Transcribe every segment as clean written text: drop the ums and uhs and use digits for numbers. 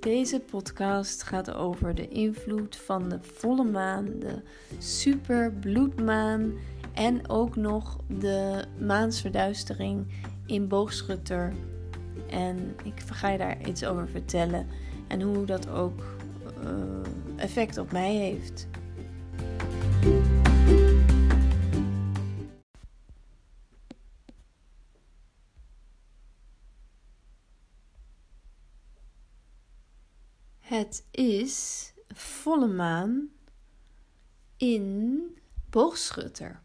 Deze podcast gaat over de invloed van de volle maan, de super bloedmaan en ook nog de maansverduistering in Boogschutter. En ik ga je daar iets over vertellen en hoe dat ook effect op mij heeft. Het is volle maan in Boogschutter.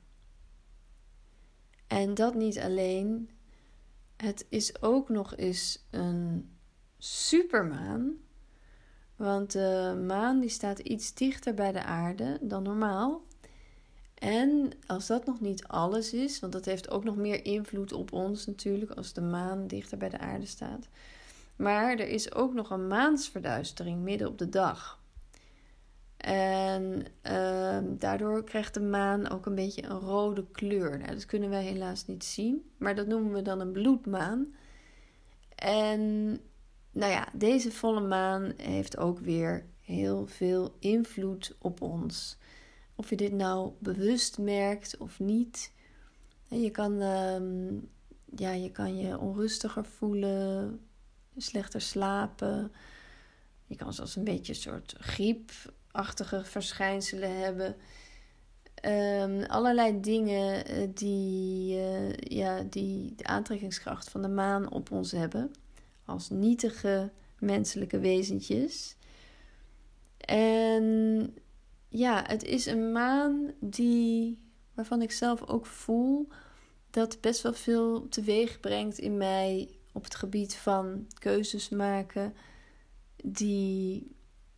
En dat niet alleen. Het is ook nog eens een supermaan. Want de maan die staat iets dichter bij de aarde dan normaal. En als dat nog niet alles is, want dat heeft ook nog meer invloed op ons natuurlijk als de maan dichter bij de aarde staat. Maar er is ook nog een maansverduistering midden op de dag. En daardoor krijgt de maan ook een beetje een rode kleur. Nou, dat kunnen wij helaas niet zien, maar dat noemen we dan een bloedmaan. En nou ja, deze volle maan heeft ook weer heel veel invloed op ons. Of je dit nou bewust merkt of niet. Je kan je onrustiger voelen, slechter slapen. Je kan zelfs een beetje een soort griepachtige verschijnselen hebben. Allerlei dingen die de aantrekkingskracht van de maan op ons hebben. Als nietige menselijke wezentjes. En ja, het is een maan waarvan ik zelf ook voel dat best wel veel teweeg brengt in mij op het gebied van keuzes maken die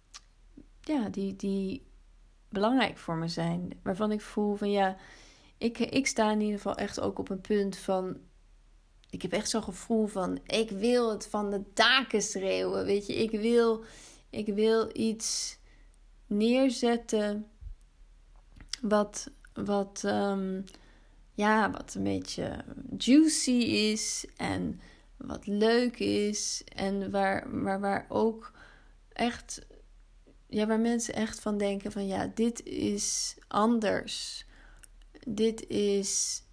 belangrijk voor me zijn. Waarvan ik voel van ik sta in ieder geval echt ook op een punt van, ik heb echt zo'n gevoel van, ik wil het van de daken schreeuwen, weet je. Ik wil iets neerzetten wat een beetje juicy is en wat leuk is en waar ook echt, waar mensen echt van denken van dit is anders. Dit is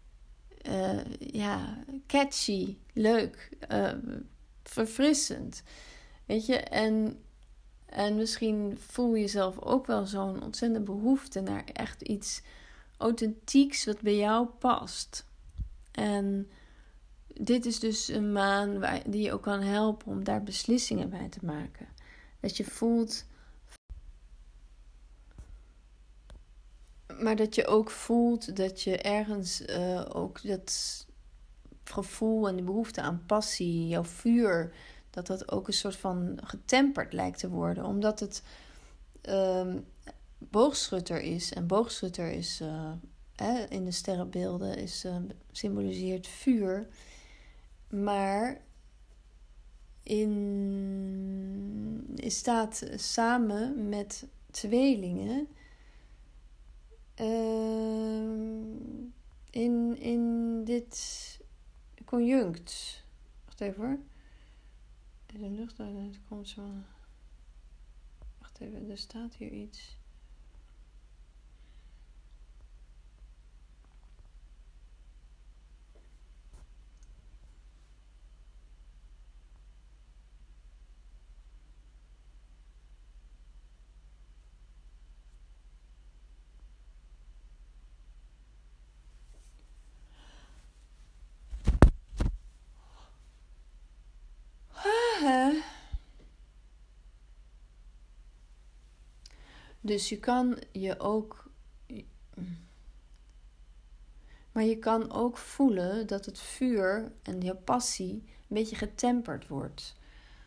catchy, leuk, verfrissend. Weet je, en misschien voel je zelf ook wel zo'n ontzettende behoefte naar echt iets authentieks wat bij jou past. En dit is dus een maan die je ook kan helpen om daar beslissingen bij te maken. Dat je voelt, maar dat je ook voelt dat je ergens ook dat gevoel en de behoefte aan passie, jouw vuur, dat ook een soort van getemperd lijkt te worden. Omdat het Boogschutter is. En Boogschutter is in de sterrenbeelden symboliseert vuur. Maar staat samen met tweelingen in dit conjunct. Wacht even hoor. De lucht komt zo. Wacht even, er staat hier iets. Dus je kan ook voelen dat het vuur en je passie een beetje getemperd wordt.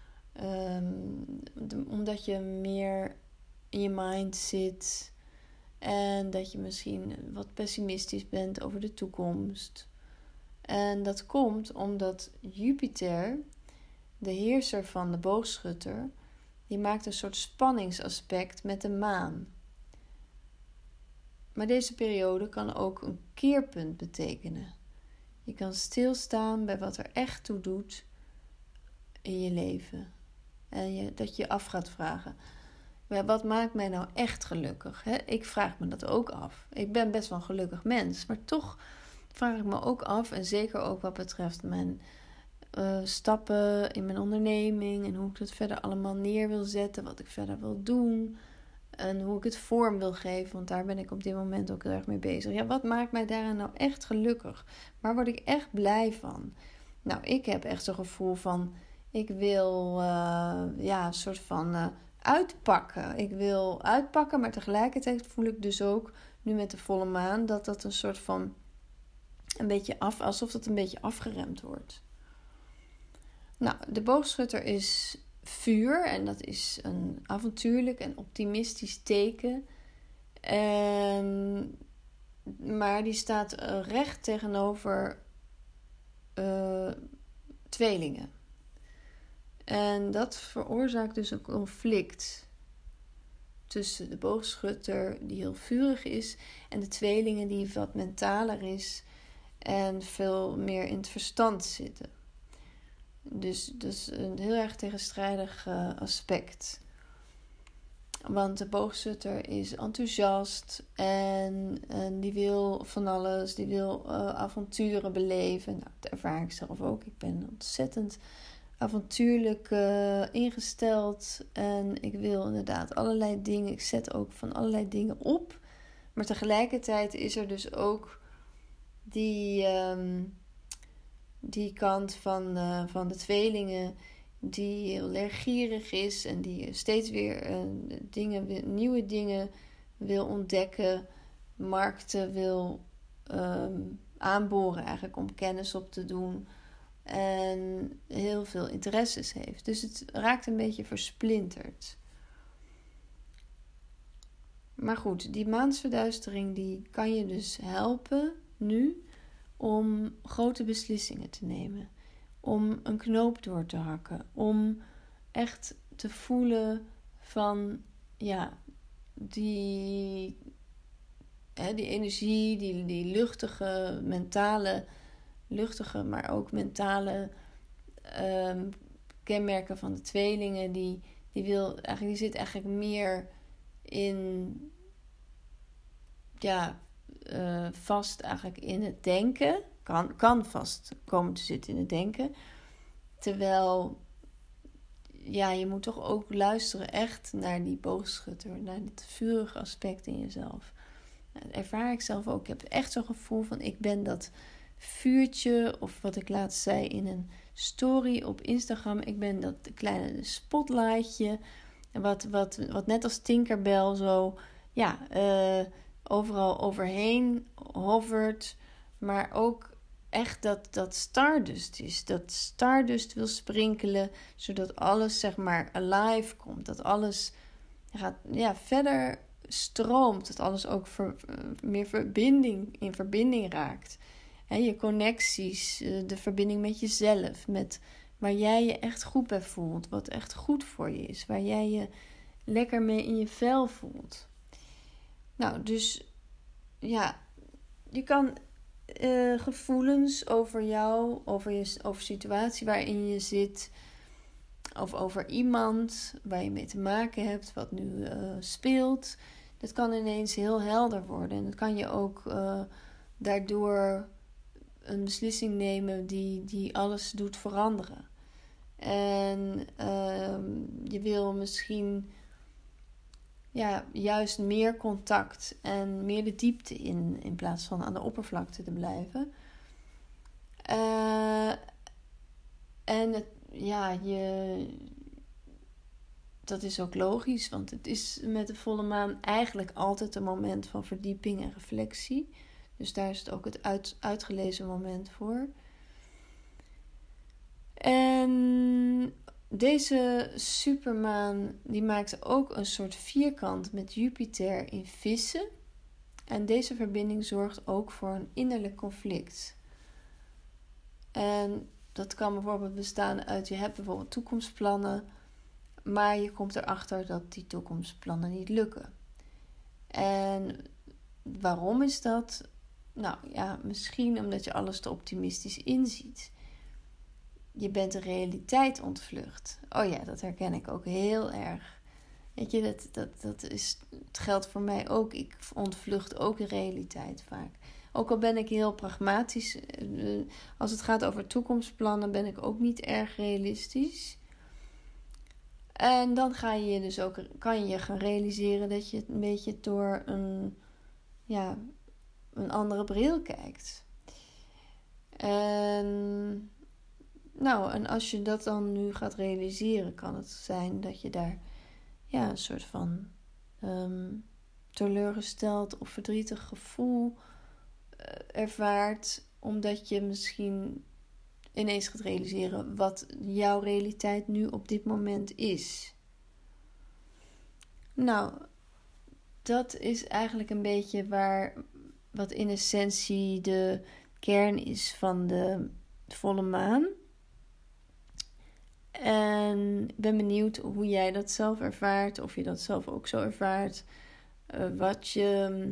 Omdat je meer in je mind zit en dat je misschien wat pessimistisch bent over de toekomst. En dat komt omdat Jupiter, de heerser van de Boogschutter, die maakt een soort spanningsaspect met de maan. Maar deze periode kan ook een keerpunt betekenen. Je kan stilstaan bij wat er echt toe doet in je leven. En dat je je af gaat vragen. Maar wat maakt mij nou echt gelukkig? Hè? Ik vraag me dat ook af. Ik ben best wel een gelukkig mens. Maar toch vraag ik me ook af. En zeker ook wat betreft mijn stappen in mijn onderneming. En hoe ik het verder allemaal neer wil zetten. Wat ik verder wil doen. En hoe ik het vorm wil geven. Want daar ben ik op dit moment ook heel erg mee bezig. Ja, wat maakt mij daarin nou echt gelukkig? Waar word ik echt blij van? Nou, ik heb echt zo'n gevoel van... Ik wil een soort van uitpakken. Ik wil uitpakken, maar tegelijkertijd voel ik dus ook... Nu met de volle maan, dat een soort van... alsof het een beetje afgeremd wordt. Nou, de boogschutter is vuur. En dat is een avontuurlijk en optimistisch teken. Maar die staat recht tegenover tweelingen. En dat veroorzaakt dus een conflict tussen de boogschutter, die heel vurig is, en de tweelingen, die wat mentaler is en veel meer in het verstand zitten. Dus dat is een heel erg tegenstrijdig aspect. Want de boogschutter is enthousiast en die wil van alles, die wil avonturen beleven. Nou, dat ervaar ik zelf ook. Ik ben ontzettend avontuurlijk ingesteld en ik wil inderdaad allerlei dingen. Ik zet ook van allerlei dingen op. Maar tegelijkertijd is er dus ook die kant van de tweelingen die heel erg gierig is en die steeds weer nieuwe dingen wil ontdekken, markten wil aanboren eigenlijk om kennis op te doen en heel veel interesses heeft. Dus het raakt een beetje versplinterd. Maar goed, die maansverduistering die kan je dus helpen nu om grote beslissingen te nemen. Om een knoop door te hakken. Om echt te voelen van die energie, die luchtige, maar ook mentale kenmerken van de tweelingen. Die zit eigenlijk meer in vast eigenlijk in het denken. Kan vast komen te zitten in het denken. Terwijl je moet toch ook luisteren echt naar die boogschutter, naar dit vurige aspect in jezelf. Dat ervaar ik zelf ook. Ik heb echt zo'n gevoel van ik ben dat vuurtje, of wat ik laatst zei in een story op Instagram. Ik ben dat kleine spotlightje, wat net als Tinkerbell zo overal overheen hovert, maar ook echt dat Stardust is. Dat Stardust wil sprinkelen, zodat alles zeg maar alive komt. Dat alles verder stroomt. Dat alles ook meer in verbinding raakt. Je connecties, de verbinding met jezelf, met waar jij je echt goed bij voelt, wat echt goed voor je is, waar jij je lekker mee in je vel voelt. Nou, dus je kan gevoelens over jou, over situatie waarin je zit, of over iemand waar je mee te maken hebt, wat nu speelt, dat kan ineens heel helder worden. En dat kan je ook daardoor een beslissing nemen die alles doet veranderen. En je wil misschien juist meer contact en meer de diepte in plaats van aan de oppervlakte te blijven. Dat is ook logisch, want het is met de volle maan eigenlijk altijd een moment van verdieping en reflectie. Dus daar is het ook het uitgelezen moment voor. En deze supermaan die maakt ook een soort vierkant met Jupiter in Vissen. En deze verbinding zorgt ook voor een innerlijk conflict. En dat kan bijvoorbeeld bestaan uit, je hebt bijvoorbeeld toekomstplannen, maar je komt erachter dat die toekomstplannen niet lukken. En waarom is dat? Nou ja, misschien omdat je alles te optimistisch inziet. je bent de realiteit ontvlucht. Oh ja, dat herken ik ook heel erg. Weet je, het geldt voor mij ook. Ik ontvlucht ook de realiteit vaak. Ook al ben ik heel pragmatisch. Als het gaat over toekomstplannen ben ik ook niet erg realistisch. En dan kan je gaan realiseren dat je het een beetje door een andere bril kijkt. En als je dat dan nu gaat realiseren, kan het zijn dat je daar een soort van teleurgesteld of verdrietig gevoel ervaart, omdat je misschien ineens gaat realiseren wat jouw realiteit nu op dit moment is. Nou, dat is eigenlijk een beetje wat in essentie de kern is van de volle maan. En ik ben benieuwd hoe jij dat zelf ervaart, of je dat zelf ook zo ervaart. Wat je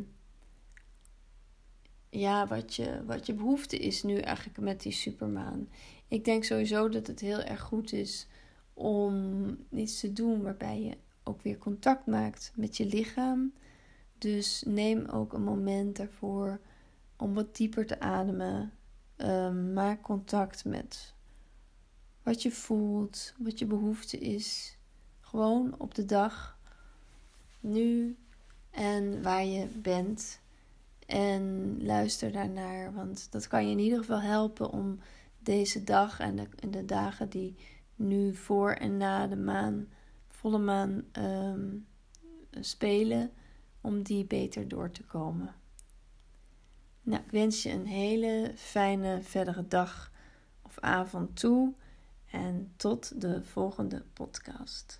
behoefte is nu eigenlijk met die supermaan. Ik denk sowieso dat het heel erg goed is om iets te doen waarbij je ook weer contact maakt met je lichaam. Dus neem ook een moment daarvoor om wat dieper te ademen. Maak contact met wat je voelt, wat je behoefte is. Gewoon op de dag, nu en waar je bent. En luister daarnaar, want dat kan je in ieder geval helpen om deze dag en de dagen die nu voor en na de volle maan spelen, om die beter door te komen. Nou, ik wens je een hele fijne verdere dag of avond toe en tot de volgende podcast.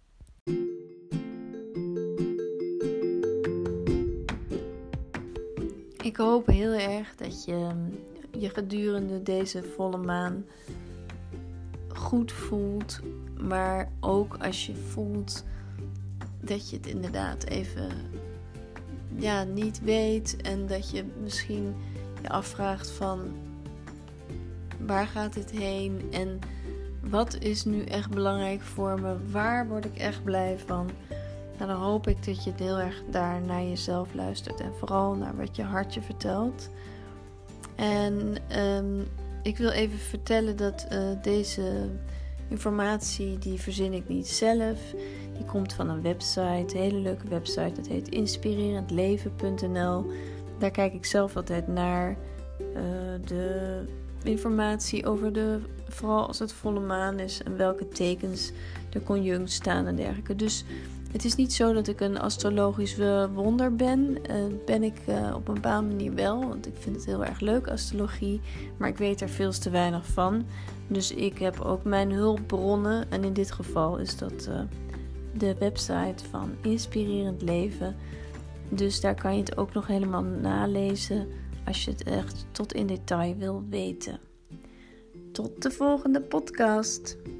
Ik hoop heel erg dat je gedurende deze volle maan goed voelt. Maar ook als je voelt dat je het inderdaad even niet weet. En dat je misschien je afvraagt van waar gaat dit heen? En wat is nu echt belangrijk voor me? Waar word ik echt blij van? Nou, dan hoop ik dat je heel erg daar naar jezelf luistert. En vooral naar wat je hartje vertelt. En ik wil even vertellen dat deze informatie, die verzin ik niet zelf. Die komt van een website, een hele leuke website. Dat heet inspirerendleven.nl. Daar kijk ik zelf altijd naar. De informatie over vooral als het volle maan is. En welke tekens er conjunct staan en dergelijke. Dus het is niet zo dat ik een astrologisch wonder ben. Ben ik op een bepaalde manier wel. Want ik vind het heel erg leuk, astrologie. Maar ik weet er veel te weinig van. Dus ik heb ook mijn hulpbronnen. En in dit geval is dat de website van Inspirerend Leven. Dus daar kan je het ook nog helemaal nalezen. Als je het echt tot in detail wil weten. Tot de volgende podcast.